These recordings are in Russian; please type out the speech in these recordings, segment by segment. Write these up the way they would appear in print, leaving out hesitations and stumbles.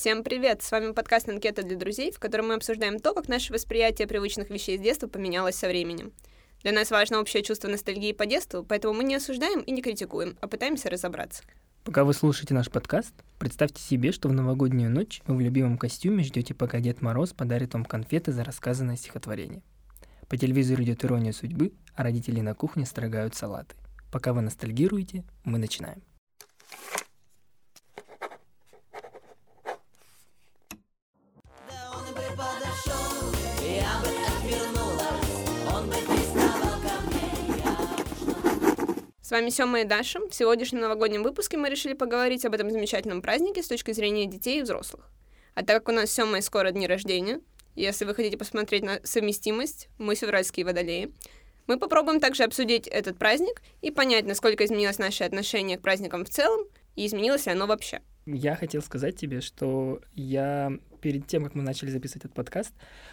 Всем привет! С вами подкаст «Анкета для друзей», в котором мы обсуждаем то, как наше восприятие привычных вещей с детства поменялось со временем. Для нас важно общее чувство ностальгии по детству, поэтому мы не осуждаем и не критикуем, а пытаемся разобраться. Пока вы слушаете наш подкаст, представьте себе, что в новогоднюю ночь вы в любимом костюме ждете, пока Дед Мороз подарит вам конфеты за рассказанное стихотворение. По телевизору идет «Ирония судьбы», а родители на кухне строгают салаты. Пока вы ностальгируете, мы начинаем. С вами Сёма и Даша. В сегодняшнем новогоднем выпуске мы решили поговорить об этом замечательном празднике с точки зрения детей и взрослых. А так как у нас с Сёмой скоро дни рождения, если вы хотите посмотреть на совместимость, мы февральские водолеи, мы попробуем также обсудить этот праздник и понять, насколько изменилось наше отношение к праздникам в целом и изменилось ли оно вообще. Я хотел сказать тебе, что я перед тем, как мы начали записывать этот подкаст,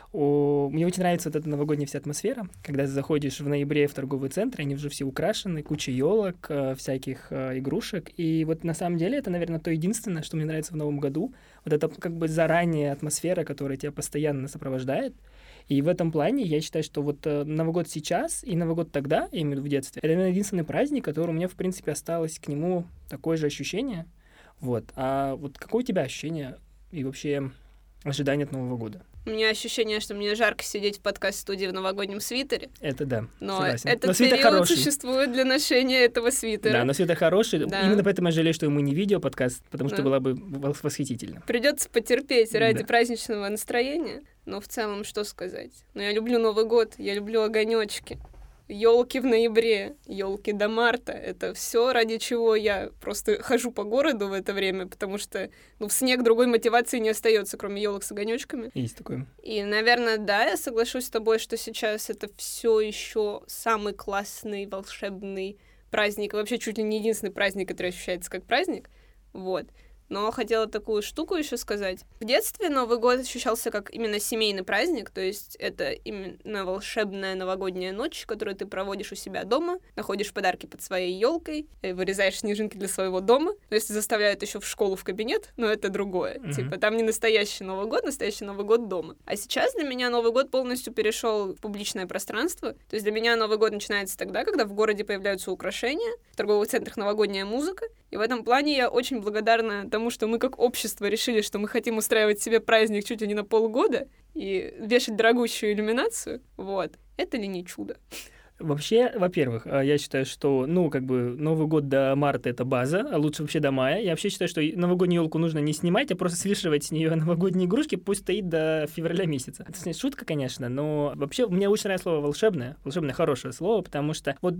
мне очень нравится вот эта новогодняя вся атмосфера, когда ты заходишь в ноябре в торговый центр, они уже все украшены, куча елок, всяких игрушек, и вот на самом деле это, наверное, то единственное, что мне нравится в Новом году, вот это как бы заранее атмосфера, которая тебя постоянно сопровождает. И в этом плане я считаю, что вот Новый год сейчас и Новый год тогда, я имею в виду в детстве, это, наверное, единственный праздник, который у меня, в принципе, осталось к нему такое же ощущение. Вот. А вот какое у тебя ощущение и вообще ожидание от Нового года? У меня ощущение, что мне жарко сидеть в подкаст-студии в новогоднем свитере. Это да, но согласен. Этот период существует для ношения этого свитера. Да, но свитер хороший. Да. Именно поэтому я жалею, что мы не видео-подкаст, потому что было бы восхитительно. Придется потерпеть ради праздничного настроения. Но в целом, что сказать? Но я люблю Новый год, я люблю огонёчки. Ёлки в ноябре, ёлки до марта. Это все, ради чего я просто хожу по городу в это время, потому что в снег другой мотивации не остается, кроме ёлок с огонёчками. Есть такое. И, наверное, да, я соглашусь с тобой, что сейчас это все еще самый классный, волшебный праздник, вообще чуть ли не единственный праздник, который ощущается как праздник. Вот. Но хотела такую штуку еще сказать. В детстве Новый год ощущался как именно семейный праздник, то есть это именно волшебная новогодняя ночь, которую ты проводишь у себя дома, находишь подарки под своей елкой, вырезаешь снежинки для своего дома. Но если заставляют еще в школу, в кабинет, но это другое. Типа там не настоящий Новый год дома. А сейчас для меня Новый год полностью перешел в публичное пространство. То есть для меня Новый год начинается тогда, когда в городе появляются украшения, в торговых центрах новогодняя музыка. И в этом плане я очень благодарна тому, что мы как общество решили, что мы хотим устраивать себе праздник чуть ли не на полгода и вешать дорогущую иллюминацию. Вот. Это ли не чудо? Вообще, во-первых, я считаю, что, Новый год до марта — это база, а лучше вообще до мая. Я вообще считаю, что новогоднюю елку нужно не снимать, а просто свешивать с нее новогодние игрушки, пусть стоит до февраля месяца. Это шутка, конечно, но вообще мне очень нравится слово «волшебное». Волшебное — хорошее слово, потому что, у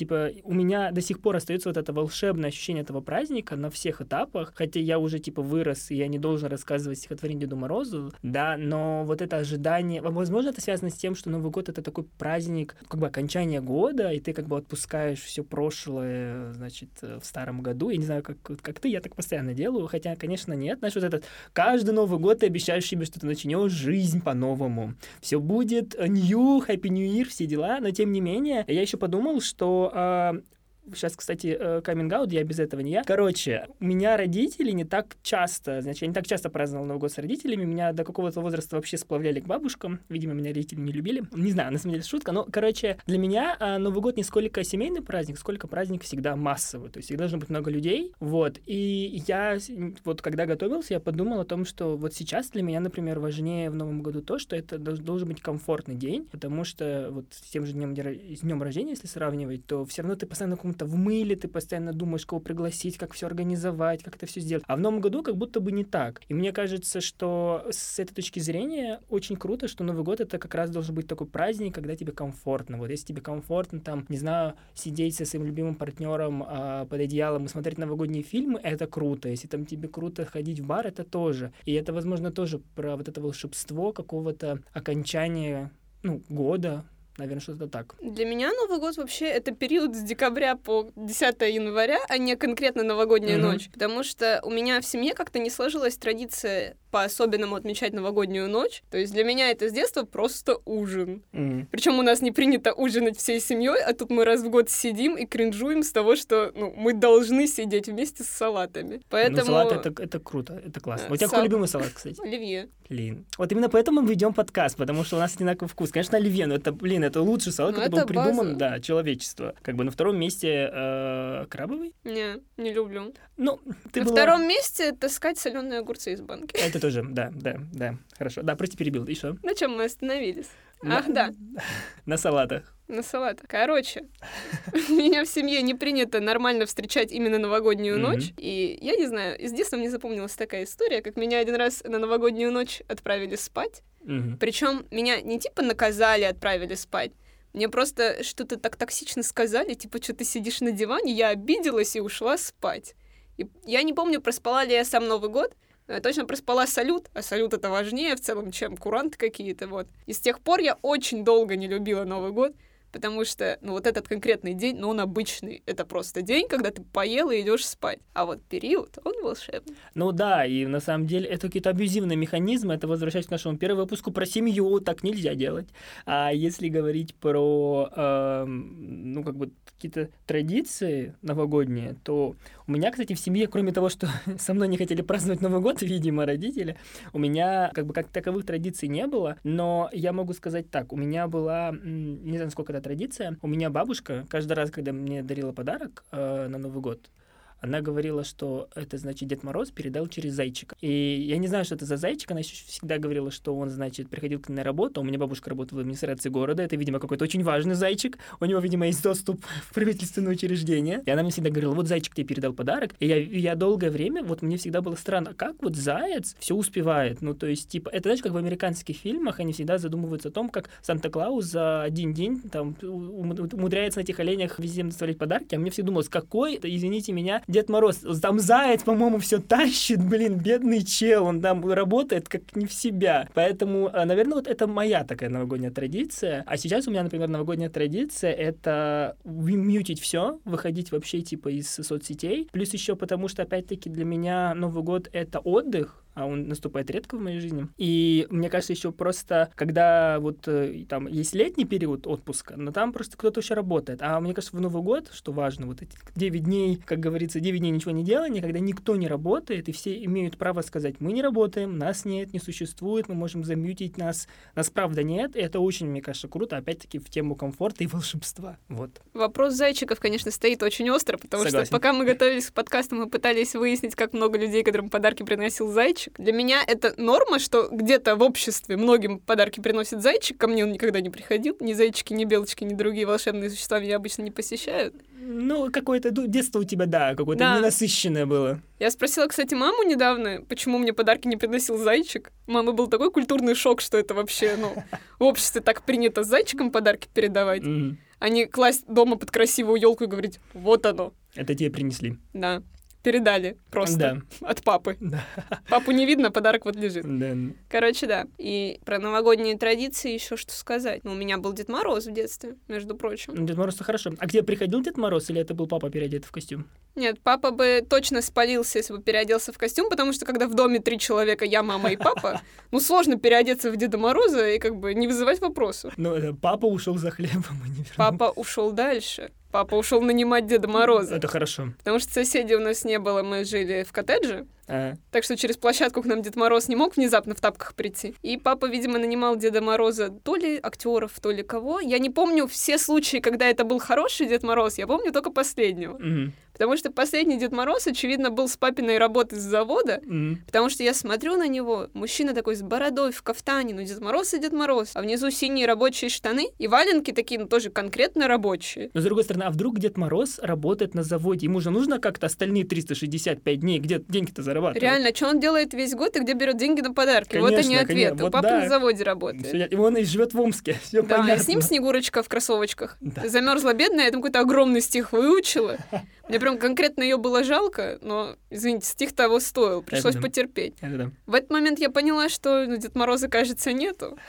меня до сих пор остается вот это волшебное ощущение этого праздника на всех этапах, хотя я уже, вырос, и я не должен рассказывать стихотворение Деду Морозу, да, но вот это ожидание, возможно, это связано с тем, что Новый год — это такой праздник, окончание года, и ты отпускаешь все прошлое, в старом году. Я не знаю, как ты, я так постоянно делаю, хотя, конечно, нет. Знаешь, каждый Новый год ты обещаешь себе, что ты начнешь жизнь по-новому. Все будет happy new year, все дела, но тем не менее, я еще подумал, что сейчас, кстати, каминг-аут, я без этого не я. Короче, у меня родители я не так часто праздновал Новый год с родителями, меня до какого-то возраста вообще сплавляли к бабушкам, видимо, меня родители не любили. Не знаю, на самом деле шутка, но, для меня Новый год не сколько семейный праздник, сколько праздник всегда массовый, то есть всегда должно быть много людей, вот. И я, когда готовился, я подумал о том, что сейчас для меня, например, важнее в Новом году то, что это должен быть комфортный день, потому что с тем же днем рождения, если сравнивать, то все равно ты постоянно в мыле, ты постоянно думаешь, кого пригласить, как все организовать, как это все сделать. А в Новом году как будто бы не так. И мне кажется, что с этой точки зрения очень круто, что Новый год — это как раз должен быть такой праздник, когда тебе комфортно. Вот если тебе комфортно, сидеть со своим любимым партнером под одеялом и смотреть новогодние фильмы, это круто. Если тебе круто ходить в бар, это тоже. И это, возможно, тоже про вот это волшебство какого-то окончания года, Наверное, что-то так. Для меня Новый год вообще это период с декабря по 10 января, а не конкретно новогодняя ночь. Потому что у меня в семье как-то не сложилась традиция по-особенному отмечать новогоднюю ночь. То есть для меня это с детства просто ужин. Причем у нас не принято ужинать всей семьей, а тут мы раз в год сидим и кринжуем с того, что мы должны сидеть вместе с салатами. Поэтому... Ну, салат это круто, это классно. У тебя какой любимый салат, кстати? Оливье. Блин. Вот именно поэтому мы ведем подкаст, потому что у нас одинаковый вкус. Конечно, оливье, но это лучший салат, который был придуман, да, человечество. Как бы на втором месте крабовый? Не люблю. Ну, на втором месте таскать соленые огурцы из банки. Это тоже, да, хорошо. Да, прости, перебил. И что? На чем мы остановились? Ах, да. На салатах. На салатах. Короче, у меня в семье не принято нормально встречать именно новогоднюю ночь. И я не знаю, из детства мне запомнилась такая история, как меня один раз на новогоднюю ночь отправили спать. Причем меня не типа наказали, отправили спать. Мне просто что-то так токсично сказали, типа, что ты сидишь на диване, я обиделась и ушла спать. И я не помню, проспала ли я сам Новый год, но я точно проспала салют, а салют это важнее в целом, чем куранты какие-то, вот. И с тех пор я очень долго не любила Новый год, потому что, вот этот конкретный день, он обычный. Это просто день, когда ты поел и идешь спать. А вот период, он волшебный. Ну да, и на самом деле это какие-то абьюзивные механизмы. Это возвращаясь к нашему первому выпуску про семью. Так нельзя делать. А если говорить про, какие-то традиции новогодние, то у меня, кстати, в семье, кроме того, что со мной не хотели праздновать Новый год, видимо, родители, у меня как таковых традиций не было. Но я могу сказать так. У меня была, не знаю, сколько это традиция. У меня бабушка каждый раз, когда мне дарила подарок на Новый год, она говорила, что это, значит, Дед Мороз передал через зайчика. И я не знаю, что это за зайчик. Она еще всегда говорила, что он, значит, приходил к ней на работу. У меня бабушка работала в администрации города. Это, видимо, какой-то очень важный зайчик. У него, видимо, есть доступ в правительственное учреждение. И она мне всегда говорила, вот зайчик тебе передал подарок. И я долгое время, вот мне всегда было странно, как вот заяц все успевает. Ну, то есть, типа, это, знаешь, как в американских фильмах, они всегда задумываются о том, как Санта-Клаус за один день там умудряется на этих оленях везде доставлять подарки. А мне всегда думалось, какой, извините меня, Дед Мороз, там заяц, по-моему, все тащит, бедный чел, он там работает как не в себя. Поэтому, наверное, вот это моя такая новогодняя традиция. А сейчас у меня, например, новогодняя традиция — это мьютить все, выходить вообще типа из соцсетей. Плюс еще потому, что, опять-таки, для меня Новый год — это отдых, а он наступает редко в моей жизни. И мне кажется, еще просто, когда вот там есть летний период отпуска, но там просто кто-то еще работает. А мне кажется, в Новый год, что важно, вот эти 9 дней, как говорится, 9 дней ничего не делания, когда никто не работает, и все имеют право сказать, мы не работаем, нас нет, не существует, мы можем замьютить нас правда нет. И это очень, мне кажется, круто, опять-таки, в тему комфорта и волшебства. Вот. Вопрос зайчиков, конечно, стоит очень остро, потому что пока мы готовились к подкасту, мы пытались выяснить, как много людей, которым подарки приносил зайчик. Для меня это норма, что где-то в обществе многим подарки приносит зайчик. Ко мне он никогда не приходил. Ни зайчики, ни белочки, ни другие волшебные существа меня обычно не посещают. Ну, какое-то детство у тебя, да, какое-то ненасыщенное было. Я спросила, кстати, маму недавно, почему мне подарки не приносил зайчик. У мамы был такой культурный шок, что это вообще, в обществе так принято зайчикам подарки передавать. А не класть дома под красивую елку и говорить, вот оно. Это тебе принесли. Да. Передали просто от папы. Да. Папу не видно, подарок вот лежит. Да. Короче, да. И про новогодние традиции еще что сказать. У меня был Дед Мороз в детстве, между прочим. Дед Мороз-то хорошо. А к тебе приходил Дед Мороз, или это был папа переодетый в костюм? Нет, папа бы точно спалился, если бы переоделся в костюм, потому что когда в доме 3 человека, я, мама и папа, сложно переодеться в Деда Мороза и не вызывать вопросов. Папа ушел за хлебом и не вернулся. Папа ушел дальше. Папа ушел нанимать Деда Мороза. Это хорошо. Потому что соседей у нас не было, мы жили в коттедже. Так что через площадку к нам Дед Мороз не мог внезапно в тапках прийти. И папа, видимо, нанимал Деда Мороза то ли актеров, то ли кого. Я не помню все случаи, когда это был хороший Дед Мороз, я помню только последнего. Потому что последний Дед Мороз, очевидно, был с папиной работы с завода, потому что я смотрю на него, мужчина такой с бородой, в кафтане, Дед Мороз и Дед Мороз, а внизу синие рабочие штаны и валенки такие, тоже конкретно рабочие. Но, с другой стороны, а вдруг Дед Мороз работает на заводе? Ему же нужно как-то остальные 365 дней, где деньги-то зарабатывать? Реально, что он делает весь год и где берет деньги на подарки? Конечно, вот они ответы. Вот папа на заводе работает. И он и живет в Омске. Все да, понятно. И с ним Снегурочка в кроссовочках. Замерзла бедная, я там какой-то огромный стих выучила. Мне прям конкретно ее было жалко, но, извините, стих того стоил, пришлось потерпеть. В этот момент я поняла, что Дед Мороза, кажется, нету.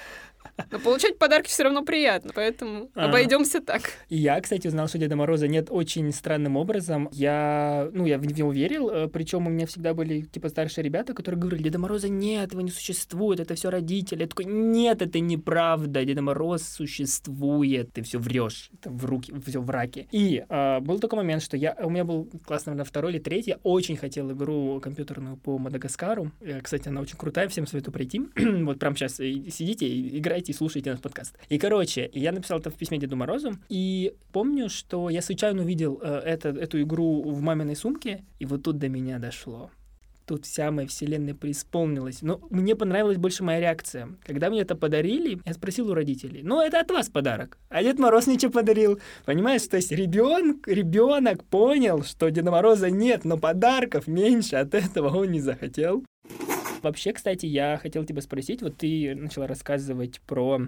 Но получать подарки все равно приятно, поэтому обойдемся так. И я, кстати, узнал, что Деда Мороза нет очень странным образом. Я в него верил, причем у меня всегда были, типа, старшие ребята, которые говорили: Деда Мороза нет, его не существует, это все родители. Я такой: нет, это неправда, Деда Мороз существует, ты все врешь, это все враки. И был такой момент, что у меня был класс, наверное, 2 или 3, я очень хотел игру компьютерную по Мадагаскару. Кстати, она очень крутая, всем советую пройти. Вот прямо сейчас сидите, играйте и слушайте наш подкаст. И, короче, я написал это в письме Деду Морозу, и помню, что я случайно увидел эту игру в маминой сумке, и вот тут до меня дошло. Тут вся моя вселенная преисполнилась. Но мне понравилась больше моя реакция. Когда мне это подарили, я спросил у родителей: ну, это от вас подарок. А Дед Мороз ничего подарил. Понимаешь, то есть ребенок понял, что Деда Мороза нет, но подарков меньше, от этого он не захотел. Вообще, кстати, я хотел тебя спросить, вот ты начала рассказывать про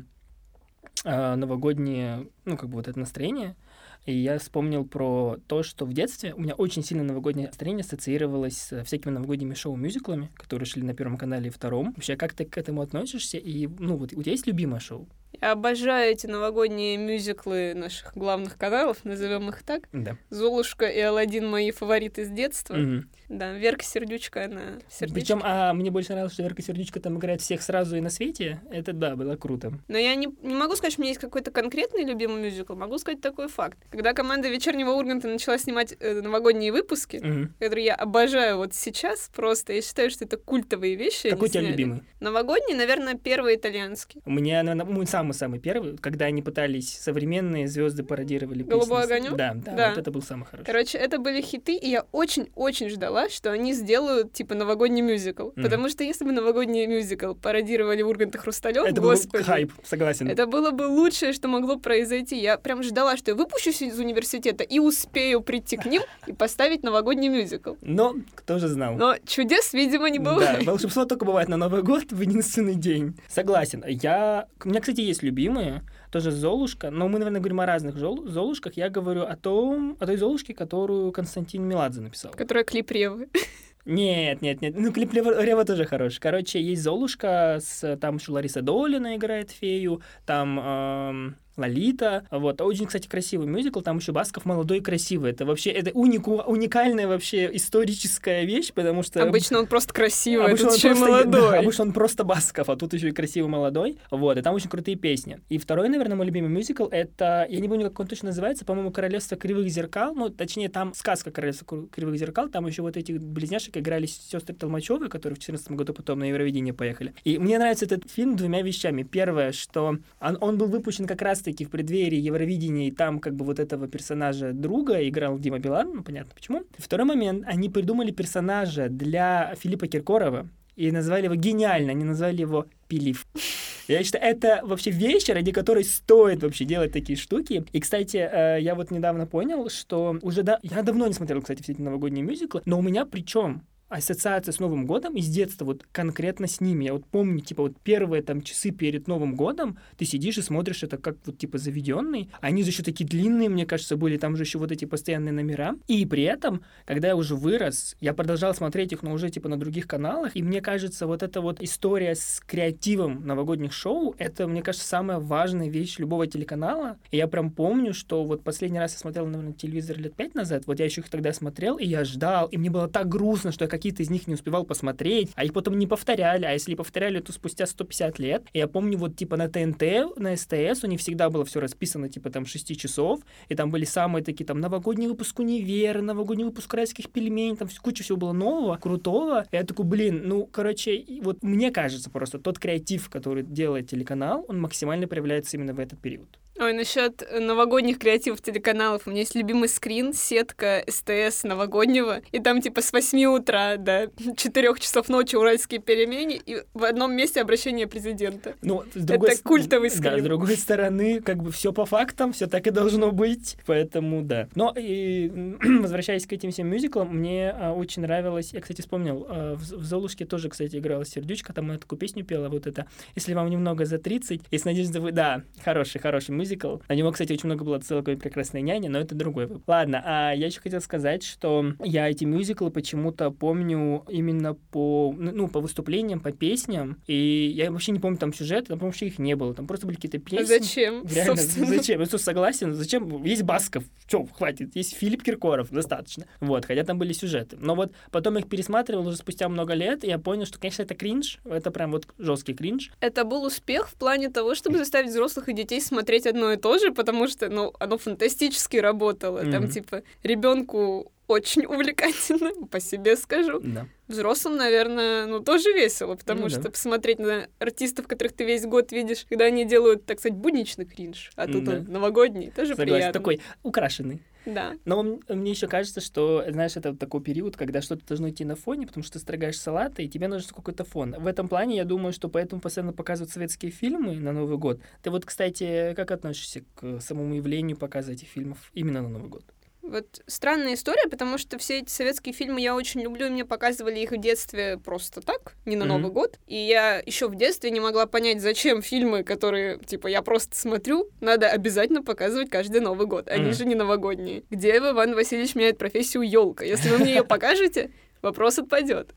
новогоднее, вот это настроение, и я вспомнил про то, что в детстве у меня очень сильно новогоднее настроение ассоциировалось с всякими новогодними шоу-мюзиклами, которые шли на Первом канале и Втором. Вообще, как ты к этому относишься? И, вот у тебя есть любимое шоу? Я обожаю эти новогодние мюзиклы наших главных каналов, назовем их так. Да. «Золушка» и «Аладдин» — мои фавориты с детства. Угу. Да, Верка Сердючка, она сердечко. Причем, мне больше нравилось, что Верка Сердючка там играет всех сразу и на свете. Это, да, было круто. Но я не могу сказать, что у меня есть какой-то конкретный любимый мюзикл. Могу сказать такой факт. Когда команда «Вечернего Урганта» начала снимать новогодние выпуски, которые я обожаю вот сейчас просто, я считаю, что это культовые вещи. Какой у тебя любимый? Новогодний, наверное, первый итальянский. У меня, наверное, мой самый-самый первый, когда они пытались современные звезды пародировали песни. «Голубой огонёк»? Да, вот это был самый хороший. Короче, это были хиты, и я очень-очень ждала, что они сделают, типа, новогодний мюзикл. Потому что если бы новогодний мюзикл пародировали Ургант и Хрусталёв, это господи, был хайп, согласен. Это было бы лучшее, что могло произойти. Я прям ждала, что я выпущусь из университета и успею прийти к ним и поставить новогодний мюзикл. Но кто же знал? Но чудес, видимо, не бывает. Да, волшебство только бывает на Новый год в единственный день. Согласен. У меня, кстати, есть любимые, тоже «Золушка», но мы, наверное, говорим о разных «Золушках». Я говорю о той «Золушке», которую Константин Меладзе написал. Которая клип Ревы. Нет. Ну, клип Рева тоже хороший. Короче, есть «Золушка», там еще Лариса Долина играет фею, там Лолита. Вот. Очень, кстати, красивый мюзикл. Там еще Басков молодой и красивый. Это вообще уникальная вообще историческая вещь, потому что... Обычно он просто красивый, а тут еще и молодой. Да, обычно он просто Басков, а тут еще и красивый молодой. Вот. И там очень крутые песни. И второй, наверное, мой любимый мюзикл, это... Я не помню, как он точно называется. По-моему, «Королевство кривых зеркал». Ну, точнее, там сказка «Королевство кривых зеркал». Там еще вот эти близняшек играли сестры Толмачевы, которые в 2014 году потом на Евровидение поехали. И мне нравится этот фильм двумя вещами. Первое, что он был выпущен как раз-таки в преддверии Евровидения, и там как бы вот этого персонажа друга играл Дима Билан, ну, понятно почему. Второй момент, они придумали персонажа для Филиппа Киркорова и назвали его гениально, они назвали его Пилив. Я считаю, это вообще вещь, ради которой стоит вообще делать такие штуки. И, кстати, я вот недавно понял, что я давно не смотрел, кстати, все эти новогодние мюзиклы, но у меня причем ассоциация с Новым годом из детства вот конкретно с ними. Я вот помню, типа, вот первые там часы перед Новым годом ты сидишь и смотришь это как вот типа заведенный. Они же еще такие длинные, мне кажется, были. Там же еще вот эти постоянные номера. И при этом, когда я уже вырос, я продолжал смотреть их, но уже типа на других каналах. И мне кажется, вот эта вот история с креативом новогодних шоу, это, мне кажется, самая важная вещь любого телеканала. И я прям помню, что вот последний раз я смотрел, наверное, телевизор лет 5 назад. Вот я еще их тогда смотрел, и я ждал. И мне было так грустно, что я какие-то из них не успевал посмотреть, а их потом не повторяли, а если повторяли, то спустя 150 лет. И я помню, вот типа на ТНТ, на СТС у них всегда было все расписано типа там 6 часов, и там были самые такие там новогодний выпуск «Универа», новогодний выпуск «Райских пельменей», там куча всего было нового, крутого. И я такой, короче, вот мне кажется просто тот креатив, который делает телеканал, он максимально проявляется именно в этот период. Ой, насчет новогодних креативов телеканалов. У меня есть любимый скрин, сетка СТС новогоднего, и там типа с 8 утра до 4 часов ночи «Уральские пельмени», и в одном месте обращение президента. Это культовый скрин. Да, с другой стороны, как бы все по фактам, все так и должно быть, поэтому да. Но и возвращаясь к этим всем мюзиклам, мне очень нравилось, я, кстати, вспомнил, в «Золушке» тоже, кстати, играла Сердючка, там я такую песню пела, вот это «Если вам немного за 30», и с Надеждой, да, хороший мюзикл. мюзикл. На него, кстати, очень много было отсылок в «Прекрасной няне», но это другой выпуск. Ладно, а я еще хотел сказать, что я эти мюзиклы почему-то помню именно по выступлениям, по песням, и я вообще не помню там сюжет, там вообще их не было, там просто были какие-то песни. Зачем? Реально, собственно? зачем? Я тут согласен, зачем? Есть Басков, что, хватит, есть Филипп Киркоров, достаточно. Вот, хотя там были сюжеты. Но вот потом их пересматривал уже спустя много лет, и я понял, что, конечно, это кринж, это прям вот жесткий кринж. Это был успех в плане того, чтобы заставить взрослых и детей смотреть одно и то же, потому что, оно фантастически работало. Там, типа, ребенку очень увлекательно, по себе скажу. Да. Взрослым, наверное, тоже весело, потому что посмотреть на артистов, которых ты весь год видишь, когда они делают, так сказать, будничный кринж, а тут он новогодний, тоже приятно. Такой украшенный. Да. Но мне еще кажется, что, знаешь, это вот такой период, когда что-то должно идти на фоне, потому что ты строгаешь салаты, и тебе нужен какой-то фон. В этом плане, я думаю, что поэтому постоянно показывают советские фильмы на Новый год. Ты вот, кстати, как относишься к самому явлению показа этих фильмов именно на Новый год? Вот странная история, потому что все эти советские фильмы я очень люблю, и мне показывали их в детстве просто так, не на Новый год. И я еще в детстве не могла понять, зачем фильмы, которые, типа, я просто смотрю, надо обязательно показывать каждый Новый год. Они же не новогодние. Где Иван Васильевич меняет профессию елка? Если вы мне ее покажете, вопрос отпадет.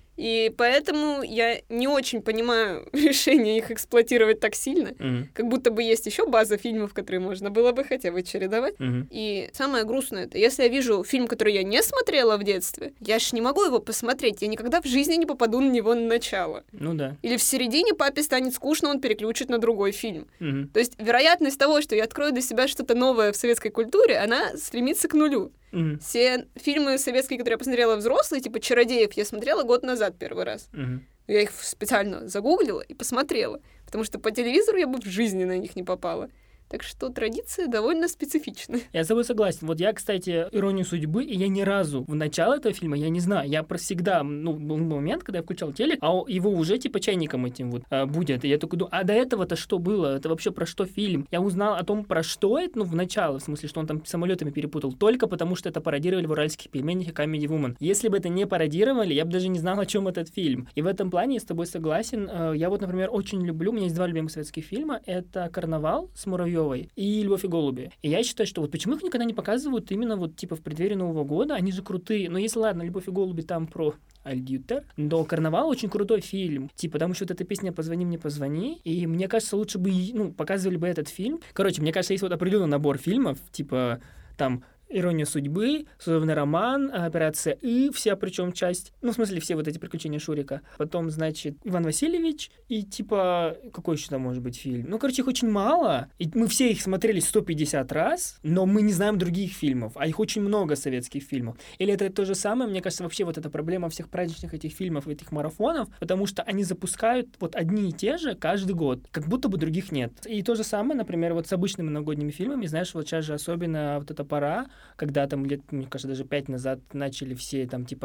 И поэтому я не очень понимаю решение их эксплуатировать так сильно. Как будто бы есть еще база фильмов, которые можно было бы хотя бы чередовать. И самое грустное это, если я вижу фильм, который я не смотрела в детстве, я ж не могу его посмотреть. Я никогда в жизни не попаду на него на начало. Ну да. Или в середине папе станет скучно, он переключит на другой фильм. То есть вероятность того, что я открою для себя что-то новое в советской культуре, она стремится к нулю. Все фильмы советские, которые я посмотрела взрослые, типа «Чародеев», я смотрела год назад первый раз. Я их специально загуглила и посмотрела, потому что по телевизору я бы в жизни на них не попала. Так что традиции довольно специфичны. Я с тобой согласен. Вот я, кстати, «Иронию судьбы», и я ни разу в начало этого фильма, я не знаю, я просто всегда, был момент, когда я включал телек, а его уже типа чайником этим вот будет. И я такой думаю, а до этого-то что было? Это вообще про что фильм? Я узнал о том, про что это, в начало, в смысле, что он там самолетами перепутал, только потому что это пародировали в «Уральских пельменях» и «Comedy Woman». Если бы это не пародировали, я бы даже не знал, о чем этот фильм. И в этом плане я с тобой согласен. Я вот, например, очень люблю, у меня есть два любимых советских фильма. Это «Карнавал» с Муравьевой и «Любовь и голуби». И я считаю, что вот почему их никогда не показывают именно вот типа в преддверии Нового года, они же крутые. Но если, ладно, «Любовь и голуби» там про Альдютер, но «Карнавал» очень крутой фильм. Типа, там еще вот эта песня «Позвони мне, позвони», и мне кажется, лучше бы, показывали бы этот фильм. Короче, мне кажется, есть вот определенный набор фильмов, типа, там, «Ирония судьбы», «Служебный роман», «Операция И», вся причем часть, в смысле, все вот эти приключения Шурика. Потом, значит, «Иван Васильевич», и типа, какой еще там может быть фильм? Короче, их очень мало, и мы все их смотрели 150 раз, но мы не знаем других фильмов, а их очень много советских фильмов. Или это то же самое, мне кажется, вообще вот эта проблема всех праздничных этих фильмов, этих марафонов, потому что они запускают вот одни и те же каждый год, как будто бы других нет. И то же самое, например, вот с обычными новогодними фильмами, знаешь, вот сейчас же особенно вот эта пора, когда там лет, мне кажется, даже 5 назад начали все там типа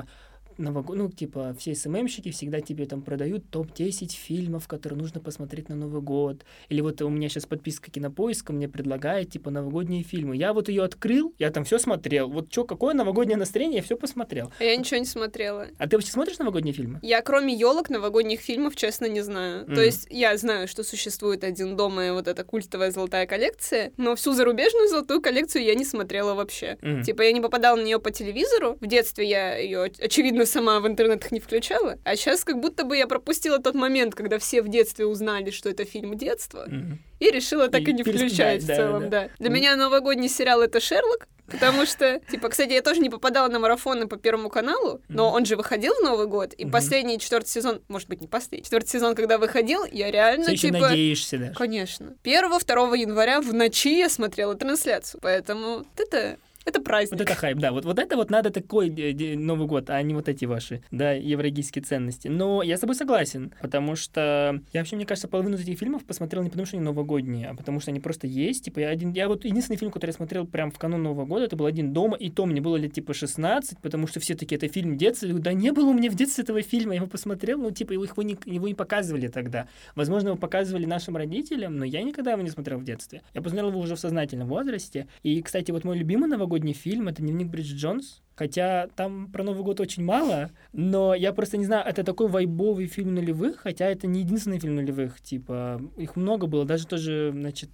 все СММщики всегда тебе там продают топ-10 фильмов, которые нужно посмотреть на Новый год. Или вот у меня сейчас подписка Кинопоиска мне предлагает, типа, новогодние фильмы. Я вот ее открыл, я там все смотрел. Вот что, какое новогоднее настроение, я все посмотрел. А я ничего не смотрела. А ты вообще смотришь новогодние фильмы? Я, кроме елок, новогодних фильмов, честно, не знаю. То есть я знаю, что существует «Один дома» и вот эта культовая золотая коллекция, но всю зарубежную золотую коллекцию я не смотрела вообще. Типа, я не попадала на нее по телевизору. В детстве я ее, очевидно, сама в интернетах не включала, а сейчас как будто бы я пропустила тот момент, когда все в детстве узнали, что это фильм детства, и решила так и не включать в целом, да. Для меня новогодний сериал — это «Шерлок», потому что, типа, кстати, я тоже не попадала на марафоны по Первому каналу, но он же выходил в Новый год, и последний 4-й сезон, может быть, не последний, 4-й сезон, когда выходил, я реально, ты еще надеешься даже. Конечно. 1-2 января в ночи я смотрела трансляцию, поэтому это праздник. Вот это хайп, да. Вот это вот надо такой Новый год, а не вот эти ваши, да, еврейские ценности. Но я с тобой согласен, потому что я вообще, мне кажется, половину этих фильмов посмотрел не потому, что они новогодние, а потому что они просто есть. Типа, я вот единственный фильм, который я смотрел прям в канун Нового года, это был «Один дома», и то мне было лет типа 16, потому что все таки это фильм детства. Да не было у меня в детстве этого фильма, я его посмотрел, его не показывали тогда. Возможно, его показывали нашим родителям, но я никогда его не смотрел в детстве. Я посмотрел его уже в сознательном возрасте. И, кстати, вот мой любимый новогодний новогодний фильм, это «Дневник Бриджит Джонс». Хотя там про Новый год очень мало, но я просто не знаю, это такой вайбовый фильм нулевых, хотя это не единственный фильм нулевых, типа, их много было, даже тоже, значит,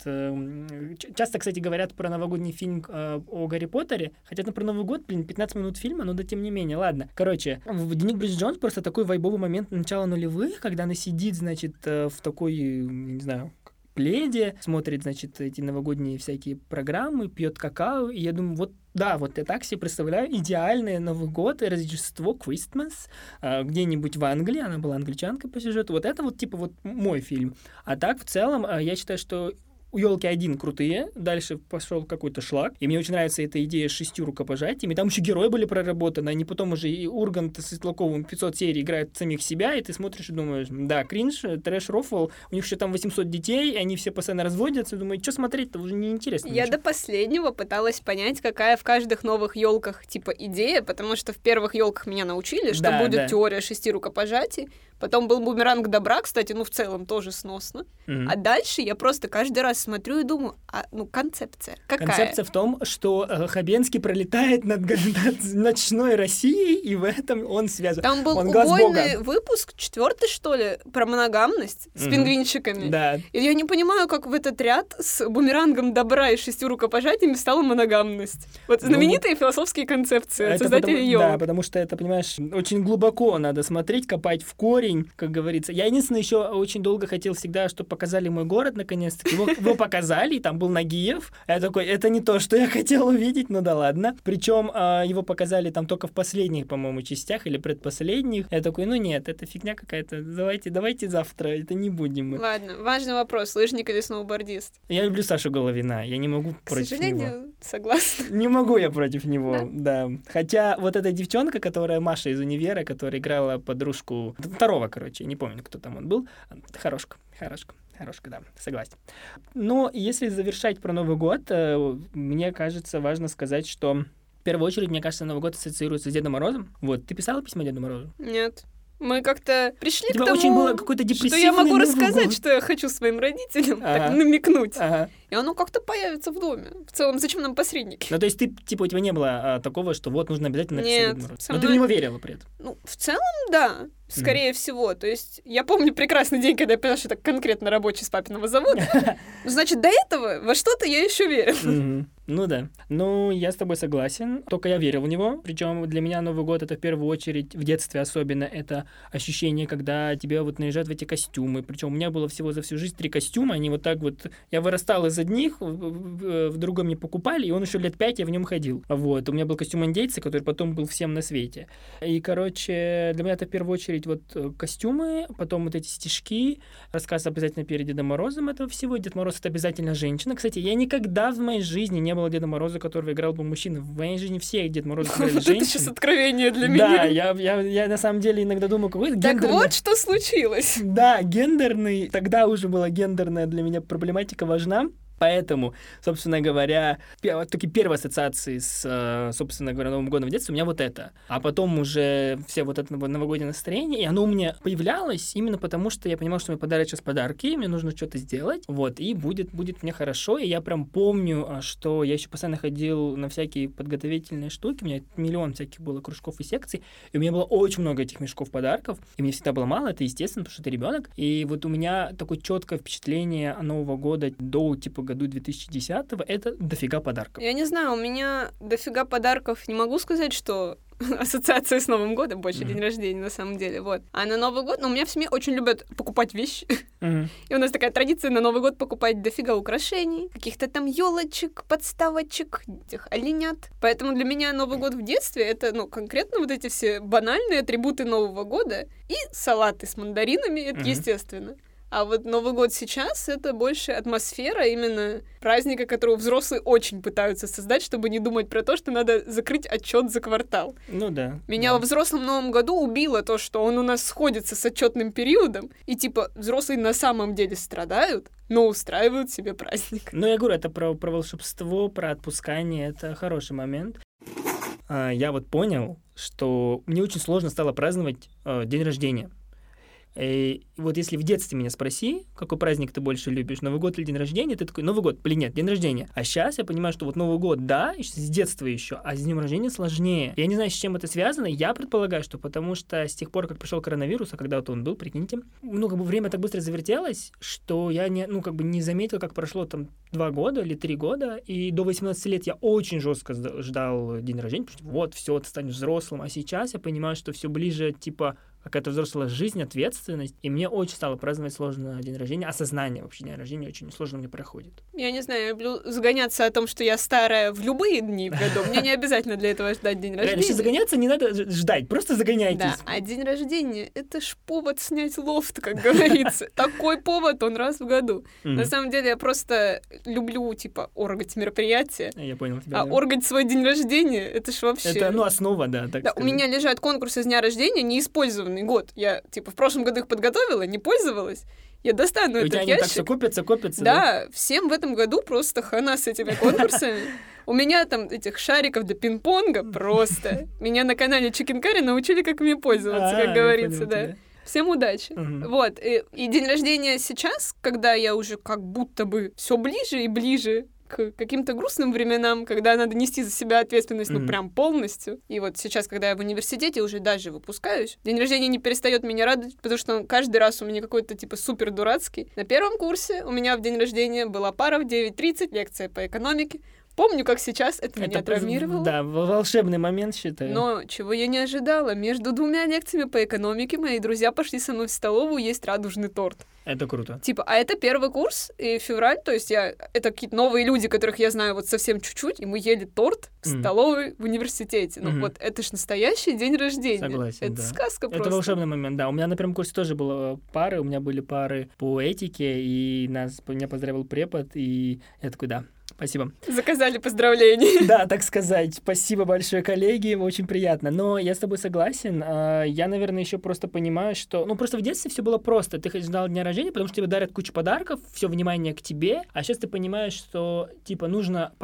часто, кстати, говорят про новогодний фильм о Гарри Поттере, хотя это про Новый год, 15 минут фильма, но да тем не менее, ладно. Короче, в «Дневник Бриджит Джонс» просто такой вайбовый момент начала нулевых, когда она сидит, значит, в такой, не знаю, пледе, смотрит, значит, эти новогодние всякие программы, пьет какао, и я думаю, вот да, вот я так себе представляю идеальное Новый год и Рождество, Christmas, где-нибудь в Англии, она была англичанкой по сюжету, вот это вот типа вот мой фильм. А так, в целом, я считаю, что у «Елки» 1 крутые, дальше пошел какой-то шлак, и мне очень нравится эта идея с 6 рукопожатиями, там еще герои были проработаны, они потом уже и Ургант с Светлаковым 500 серий играют самих себя, и ты смотришь и думаешь, да, кринж, трэш, рофл, у них еще там 800 детей, они все постоянно разводятся, и думаю, что смотреть-то уже неинтересно. Я до последнего пыталась понять, какая в каждых новых елках типа идея, потому что в первых елках меня научили, что будет теория 6 рукопожатий, потом был бумеранг добра, кстати, в целом тоже сносно, а дальше я просто каждый раз смотрю и думаю, концепция какая? Концепция в том, что Хабенский пролетает над ночной Россией, и в этом он связан. Там был убойный выпуск, 4-й, что ли, про моногамность с пингвинчиками. Да. И я не понимаю, как в этот ряд с бумерангом добра и 6 рукопожатиями стала моногамность. Вот знаменитые философские концепции от создателей ёлок. Да, потому что это, понимаешь, очень глубоко надо смотреть, копать в корень, как говорится. Я единственное еще очень долго хотел всегда, чтобы показали мой город, наконец-таки. Его показали, и там был Нагиев. Я такой, это не то, что я хотел увидеть, ну да ладно. Причем его показали там только в последних, по-моему, частях или предпоследних. Я такой, ну нет, это фигня какая-то. Давайте завтра, это не будем мы. Ладно, важный вопрос, лыжник или сноубордист? Я люблю Сашу Головина, я не могу против него. К сожалению, согласна. Не могу я против него, да. Хотя вот эта девчонка, которая Маша из «Универа», которая играла подружку второго, короче, не помню, кто там он был, хорошка, да, согласен. Но если завершать про Новый год, мне кажется, важно сказать, что в первую очередь, мне кажется, Новый год ассоциируется с Дедом Морозом. Вот, ты писала письмо Деду Морозу? Нет. Мы как-то пришли к тому, очень было какой-то депрессивный что я могу Новый рассказать, год. что я хочу своим родителям, так намекнуть. Ага. И оно как-то появится в доме. В целом, зачем нам посредники? Ну, то есть ты, типа, у тебя не было такого, что вот нужно обязательно написать Деду Морозу. Но ты в него верила при этом? Ну, в целом, да. Скорее всего. То есть я помню прекрасный день, когда я поняла, что это конкретно рабочий с папиного завода. Значит, до этого во что-то я еще верила. Ну да. Ну, я с тобой согласен. Только я верил в него. Причем для меня Новый год — это в первую очередь, в детстве особенно, это ощущение, когда тебя вот наряжают в эти костюмы. Причем у меня было всего за всю жизнь 3 костюма. Они вот так вот... Я вырастал из одних, в другом мне покупали, и он еще лет 5 я в нем ходил. Вот. У меня был костюм индейца, который потом был всем на свете. И, короче, для меня это в первую очередь вот костюмы, потом вот эти стишки, рассказ обязательно перед Дедом Морозом этого всего. Дед Мороз — это обязательно женщина. Кстати, я никогда в моей жизни не было Деда Мороза, которого играл бы мужчина. В моей жизни все Дед Мороз играли женщины. Это сейчас откровение для меня. Да, я на самом деле иногда думаю, какой-то гендерный... Так вот, что случилось. Да, гендерный. Тогда уже была гендерная для меня проблематика важна. Поэтому, собственно говоря, такие первые ассоциации с, собственно говоря, Новым годом в детстве у меня вот это. А потом уже все вот это новогоднее настроение, и оно у меня появлялось именно потому, что я понимал, что мне подарят сейчас подарки, мне нужно что-то сделать, вот, и будет мне хорошо. И я прям помню, что я еще постоянно ходил на всякие подготовительные штуки, у меня миллион всяких было кружков и секций, и у меня было очень много этих мешков подарков, и мне всегда было мало, это естественно, потому что ты ребенок. И вот у меня такое четкое впечатление Нового года до, типа, году 2010-го, это дофига подарков. Я не знаю, у меня дофига подарков. Не могу сказать, что ассоциация с Новым годом, больше день рождения, на самом деле, вот. А на Новый год, у меня в семье очень любят покупать вещи. И у нас такая традиция на Новый год покупать дофига украшений, каких-то там елочек, подставочек, этих оленят. Поэтому для меня Новый год в детстве — это, конкретно вот эти все банальные атрибуты Нового года и салаты с мандаринами, это естественно. А вот Новый год сейчас — это больше атмосфера именно праздника, которого взрослые очень пытаются создать, чтобы не думать про то, что надо закрыть отчет за квартал. Ну да. Меня во взрослом Новом году убило то, что он у нас сходится с отчетным периодом, и типа взрослые на самом деле страдают, но устраивают себе праздник. Ну, я говорю, это про волшебство, про отпускание, это хороший момент. Я вот понял, что мне очень сложно стало праздновать день рождения. И вот если в детстве меня спроси, какой праздник ты больше любишь, Новый год или день рождения, ты такой, Новый год, блин, нет, день рождения. А сейчас я понимаю, что вот Новый год, да, с детства еще, а с днем рождения сложнее. Я не знаю, с чем это связано, я предполагаю, что потому что с тех пор, как пришел коронавирус, а когда-то он был, прикиньте, ну, как бы время так быстро завертелось, что я не заметил, как прошло там 2 года или 3 года, и до 18 лет я очень жестко ждал день рождения, потому что вот, все, ты станешь взрослым, а сейчас я понимаю, что все ближе, типа, какая-то взрослая жизнь, ответственность, и мне очень стало праздновать сложно день рождения, осознание вообще дня рождения очень сложно мне проходит. Я не знаю, я люблю загоняться о том, что я старая в любые дни в году, мне не обязательно для этого ждать день рождения. Реально, загоняться не надо ждать, просто загоняйтесь. Да, а день рождения — это ж повод снять лофт, как говорится. Такой повод, он раз в году. На самом деле, я просто люблю, типа, оргать мероприятия. Я понял тебя. А оргать свой день рождения — это ж вообще... Это, основа, да, так сказать. У меня лежат конкурсы с дня рождения, неиспользованный год. Я, типа, в прошлом году их подготовила, не пользовалась. Я достану этот ящик. У тебя они так все копятся. Да, всем в этом году просто хана с этими конкурсами. У меня там этих шариков для пинг-понга просто. Меня на канале Chicken Curry научили, как ими пользоваться, как говорится, да. Всем удачи. Вот. И день рождения сейчас, когда я уже как будто бы все ближе и ближе к каким-то грустным временам, когда надо нести за себя ответственность, прям полностью. И вот сейчас, когда я в университете уже даже выпускаюсь, день рождения не перестает меня радовать, потому что он каждый раз у меня какой-то типа супер дурацкий. На первом курсе у меня в день рождения была пара в 9:30, лекция по экономике. Помню, как сейчас это меня травмировало. Да, волшебный момент, считаю. Но чего я не ожидала. Между 2 лекциями по экономике мои друзья пошли со мной в столовую есть радужный торт. Это круто. Типа, а это первый курс, и февраль, то есть это какие-то новые люди, которых я знаю вот совсем чуть-чуть, и мы ели торт в столовой в университете. Ну вот это ж настоящий день рождения. Согласен, это да. Сказка просто. Это волшебный момент, да. У меня на первом курсе тоже было пары, у меня были пары по этике, и меня поздравил препод, и я такой, да. Спасибо. Заказали поздравления. Да, так сказать. Спасибо большое, коллеги, очень приятно. Но я с тобой согласен. Я, наверное, еще просто понимаю, что... просто в детстве все было просто. Ты ждал дня рождения, потому что тебе дарят кучу подарков, все внимание к тебе, а сейчас ты понимаешь, что, типа, нужно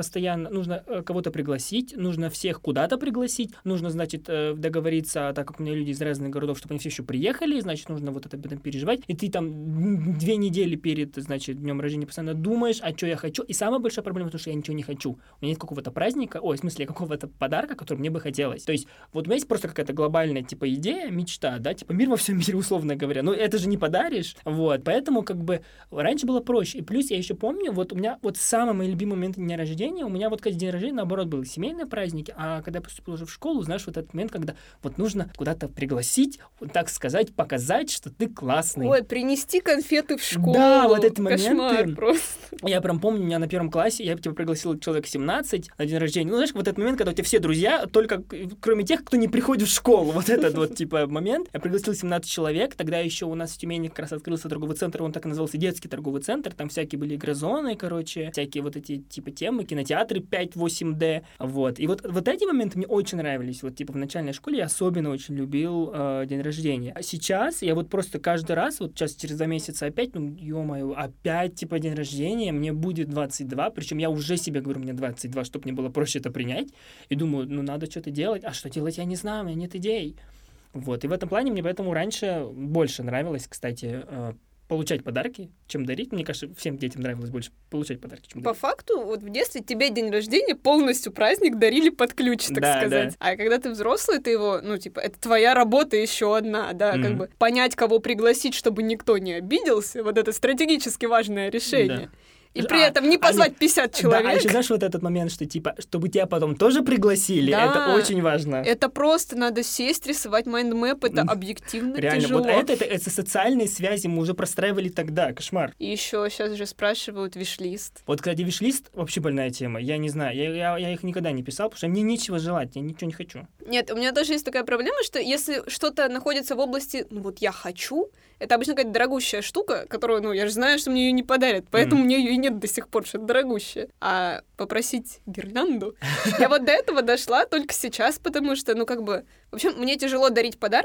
кого-то пригласить, нужно всех куда-то пригласить, нужно, значит, договориться, так как у меня люди из разных городов, чтобы они все еще приехали, значит, нужно вот это об этом переживать. И ты там 2 недели перед, значит, днем рождения постоянно думаешь, а что я хочу. И самая большая проблема, потому что я ничего не хочу. У меня нет какого-то праздника, какого-то подарка, который мне бы хотелось. То есть, вот у меня есть просто какая-то глобальная, типа, идея, мечта, да, типа, мир во всем мире, условно говоря. Но это же не подаришь. Вот, поэтому, как бы, раньше было проще. И плюс я еще помню, вот у меня вот самый мой любимый момент дня рождения, у меня вот когда день рождения, наоборот, был семейные праздники, а когда я поступил уже в школу, знаешь, вот этот момент, когда вот нужно куда-то пригласить, вот так сказать, показать, что ты классный. Ой, принести конфеты в школу. Да, вот эти моменты. Кошмар просто. Я прям помню, у меня на первом классе, я типа пригласил человек 17 на день рождения. Ну, знаешь, вот этот момент, когда у тебя все друзья, только кроме тех, кто не приходит в школу. Вот этот вот, типа, момент. Я пригласил 17 человек. Тогда еще у нас в Тюмени как раз открылся торговый центр, он так и назывался, детский торговый центр. Там всякие были игрозоны, короче, всякие вот эти, типа, темы, кинотеатры 5-8D. Вот. И вот эти моменты мне очень нравились. Вот, типа, в начальной школе я особенно очень любил день рождения. А сейчас я вот просто каждый раз, вот сейчас через 2 месяца опять, ё-моё, опять, типа, день рождения, мне будет 22, причем я уже себе говорю, мне 22, чтобы мне было проще это принять. И думаю, надо что-то делать. А что делать, я не знаю, у меня нет идей. Вот. И в этом плане мне поэтому раньше больше нравилось, кстати, получать подарки, чем дарить. Мне кажется, всем детям нравилось больше получать подарки, чем дарить. По факту, вот в детстве тебе день рождения полностью праздник дарили под ключ, так сказать. Да. А когда ты взрослый, ты его, это твоя работа еще одна, да, как бы понять, кого пригласить, чтобы никто не обиделся, вот это стратегически важное решение. Да. И при этом не позвать 50 человек. Да, а еще знаешь вот этот момент, что типа, чтобы тебя потом тоже пригласили, да, это очень важно. Это просто надо сесть, рисовать майндмэп, это объективно реально, тяжело. Вот это социальные связи мы уже простраивали тогда, кошмар. И еще сейчас же спрашивают виш-лист. Вот, кстати, виш-лист вообще больная тема, я не знаю, я их никогда не писал, потому что мне нечего желать, я ничего не хочу. Нет, у меня тоже есть такая проблема, что если что-то находится в области, я хочу, это обычно какая-то дорогущая штука, которую, я же знаю, что мне ее не подарят, поэтому мне ее и нет до сих пор, что это дорогущее. А попросить гирлянду, я вот до этого дошла только сейчас, потому что, в общем, мне тяжело дарить подарки,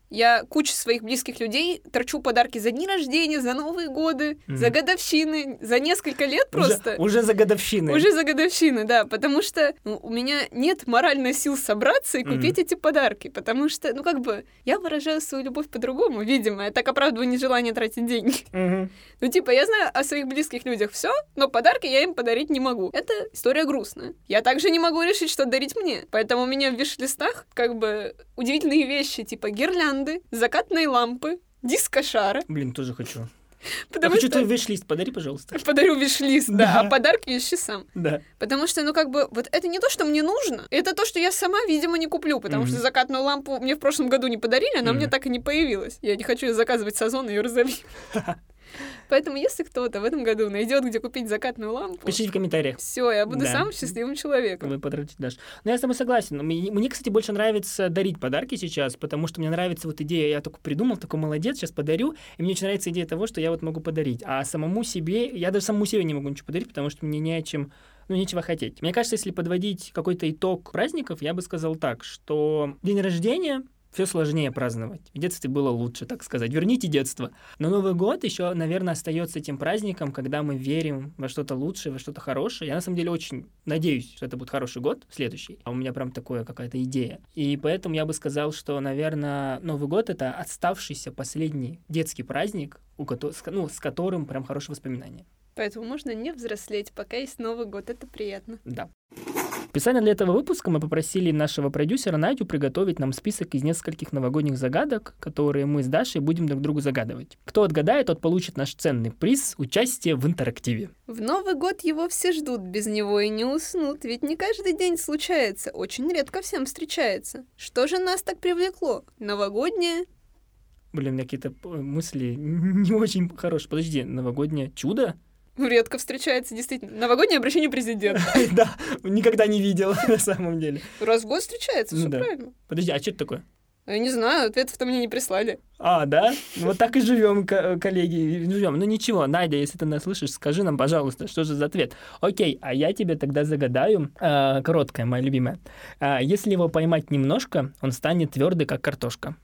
Я куче своих близких людей трачу подарки за дни рождения, за Новые годы, за годовщины, за несколько лет просто. Уже за годовщины. Уже за годовщины, да, потому что у меня нет моральной сил собраться и купить эти подарки, потому что, я выражаю свою любовь по-другому, видимо, я так оправдываю нежелание тратить деньги. Я знаю о своих близких людях все, но подарки я им подарить не могу. Это история грустная. Я также не могу решить, что дарить мне, поэтому у меня в виш-листах удивительные вещи, типа гирлянды, закатные лампы, диско-шары. Блин, тоже хочу. Потому хочу твой виш-лист, подари, пожалуйста. Подарю виш-лист, да, а подарки ищи сам. Да. Потому что, вот это не то, что мне нужно, это то, что я сама, видимо, не куплю, потому что закатную лампу мне в прошлом году не подарили, она мне так и не появилась. Я не хочу ее заказывать с Озона, ее разобью. Поэтому, если кто-то в этом году найдет, где купить закатную лампу... Пишите в комментариях. Все, я буду самым счастливым человеком. Вы потратите даже. Но я с тобой согласен. Мне, кстати, больше нравится дарить подарки сейчас, потому что мне нравится вот идея, я только придумал, такой молодец, сейчас подарю, и мне очень нравится идея того, что я вот могу подарить. А самому себе, я даже самому себе не могу ничего подарить, потому что мне не о чем... нечего хотеть. Мне кажется, если подводить какой-то итог праздников, я бы сказал так, что день рождения все сложнее праздновать. В детстве было лучше, так сказать. Верните детство. Но Новый год еще, наверное, остается тем праздником, когда мы верим во что-то лучшее, во что-то хорошее. Я, на самом деле, очень надеюсь, что это будет хороший год, следующий. А у меня прям такая какая-то идея. И поэтому я бы сказал, что, наверное, Новый год — это оставшийся последний детский праздник, с которым прям хорошие воспоминания. Поэтому можно не взрослеть, пока есть Новый год. Это приятно. Да. Специально для этого выпуска мы попросили нашего продюсера Надю приготовить нам список из нескольких новогодних загадок, которые мы с Дашей будем друг другу загадывать. Кто отгадает, тот получит наш ценный приз — участие в интерактиве. В Новый год его все ждут, без него и не уснут, ведь не каждый день случается, очень редко всем встречается. Что же нас так привлекло? Новогоднее? Блин, у меня какие-то мысли не очень хорошие. Подожди, новогоднее чудо? Редко встречается, действительно. Новогоднее обращение президента. Да, никогда не видел, на самом деле. Раз в год встречается, все правильно. Подожди, а что это такое? Я не знаю, ответов-то мне не прислали. А, да? Вот так и живем, коллеги, живем. Ну ничего, Надя, если ты нас слышишь, скажи нам, пожалуйста, что же за ответ. Окей, а я тебе тогда загадаю, короткая, моя любимая. Если его поймать немножко, он станет твердый, как картошка.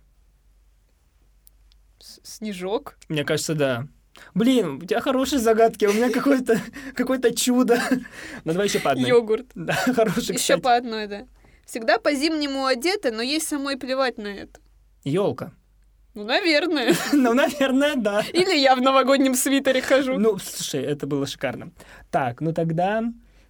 Снежок? Мне кажется, да. Блин, у тебя хорошие загадки, у меня какое-то чудо. Ну, давай еще по одной. Йогурт. Да, хороший, еще по одной, да. Всегда по-зимнему одеты, но ей самой плевать на это. Елка. Ну, наверное. Ну, наверное, да. Или я в новогоднем свитере хожу. Ну, слушай, это было шикарно. Так, ну тогда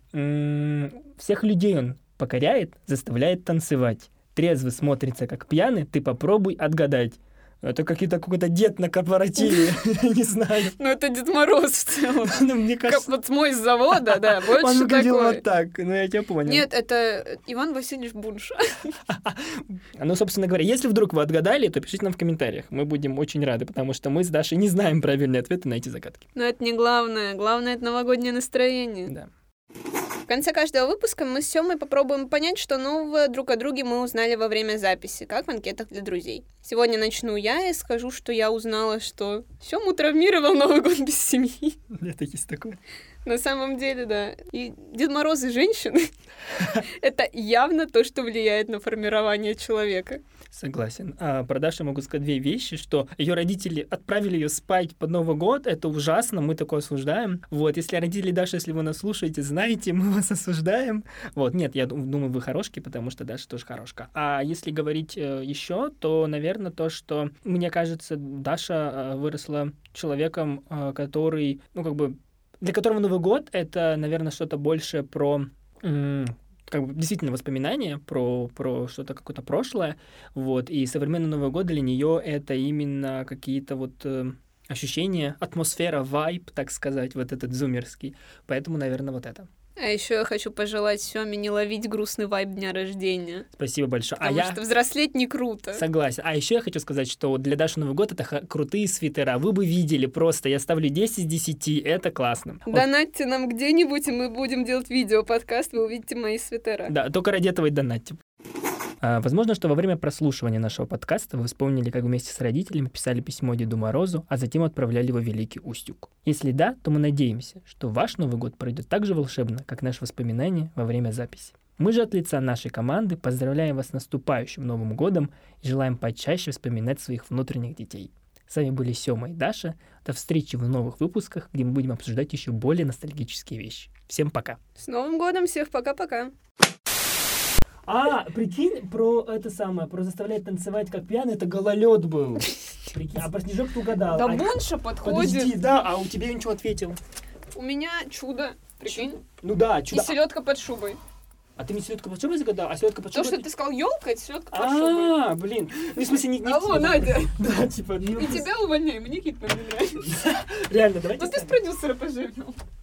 всех людей он покоряет, заставляет танцевать. Трезвый смотрится, как пьяный, ты попробуй отгадать. Это какой-то дед на корпоративе, не знаю. Ну, это Дед Мороз в целом. Мне кажется... Вот мой с завода, да, больше такой. Он выглядел вот так, ну я тебя понял. Нет, это Иван Васильевич Бунша. Ну, собственно говоря, если вдруг вы отгадали, то пишите нам в комментариях. Мы будем очень рады, потому что мы с Дашей не знаем правильные ответы на эти загадки. Но это не главное. Главное — это новогоднее настроение. Да. В конце каждого выпуска мы с Сёмой попробуем понять, что нового друг о друге мы узнали во время записи, как в анкетах для друзей. Сегодня начну я и скажу, что я узнала, что Сёму травмировал Новый год без семьи. Это есть такое. На самом деле, да. И Дед Мороз и женщины — это явно то, что влияет на формирование человека. Согласен. А про Дашу могу сказать две вещи, что ее родители отправили ее спать под Новый год, это ужасно, мы такое осуждаем. Вот, если родители Даши, если вы нас слушаете, знаете, мы вас осуждаем. Вот, нет, я думаю, вы хорошки, потому что Даша тоже хорошка. А если говорить еще, то, наверное, то, что, мне кажется, Даша выросла человеком, который, для которого Новый год — это, наверное, что-то больше про... действительно воспоминания про что-то, какое-то прошлое, вот, и современный Новый год для нее это именно какие-то ощущения, атмосфера, вайб, так сказать, вот этот зумерский, поэтому, наверное, вот это. А еще я хочу пожелать Сёме не ловить грустный вайб дня рождения. Спасибо большое. Потому что взрослеть не круто. Согласен. А еще я хочу сказать, что для Даши Новый год это крутые свитера. Вы бы видели просто. Я ставлю 10 из 10. Это классно. Донатьте нам где-нибудь, и мы будем делать видео-подкаст. Вы увидите мои свитера. Да, только ради этого и донатьте. Возможно, что во время прослушивания нашего подкаста вы вспомнили, как вместе с родителями писали письмо Деду Морозу, а затем отправляли его в Великий Устюг. Если да, то мы надеемся, что ваш Новый год пройдет так же волшебно, как наши воспоминания во время записи. Мы же от лица нашей команды поздравляем вас с наступающим Новым годом и желаем почаще вспоминать своих внутренних детей. С вами были Сёма и Даша. До встречи в новых выпусках, где мы будем обсуждать еще более ностальгические вещи. Всем пока. С Новым годом, всех пока-пока. Прикинь, про заставлять танцевать как пьяный, это гололед был. Прикинь, про снежок ты угадал. Да Бонша подходит. Подожди, да, а у тебя я ничего ответил. У меня чудо, прикинь. Ну да, чудо. И селедка под шубой. А ты мне селедка под шубой загадал? А селедка под шубой? То, что ты сказал елка, это селедка под шубой. Блин. Ну, в смысле, не Алло, Надя. Да, типа... И тебя увольняем, мне Никита не нравится. Реально, давайте... Ну ты с продюсера поживил.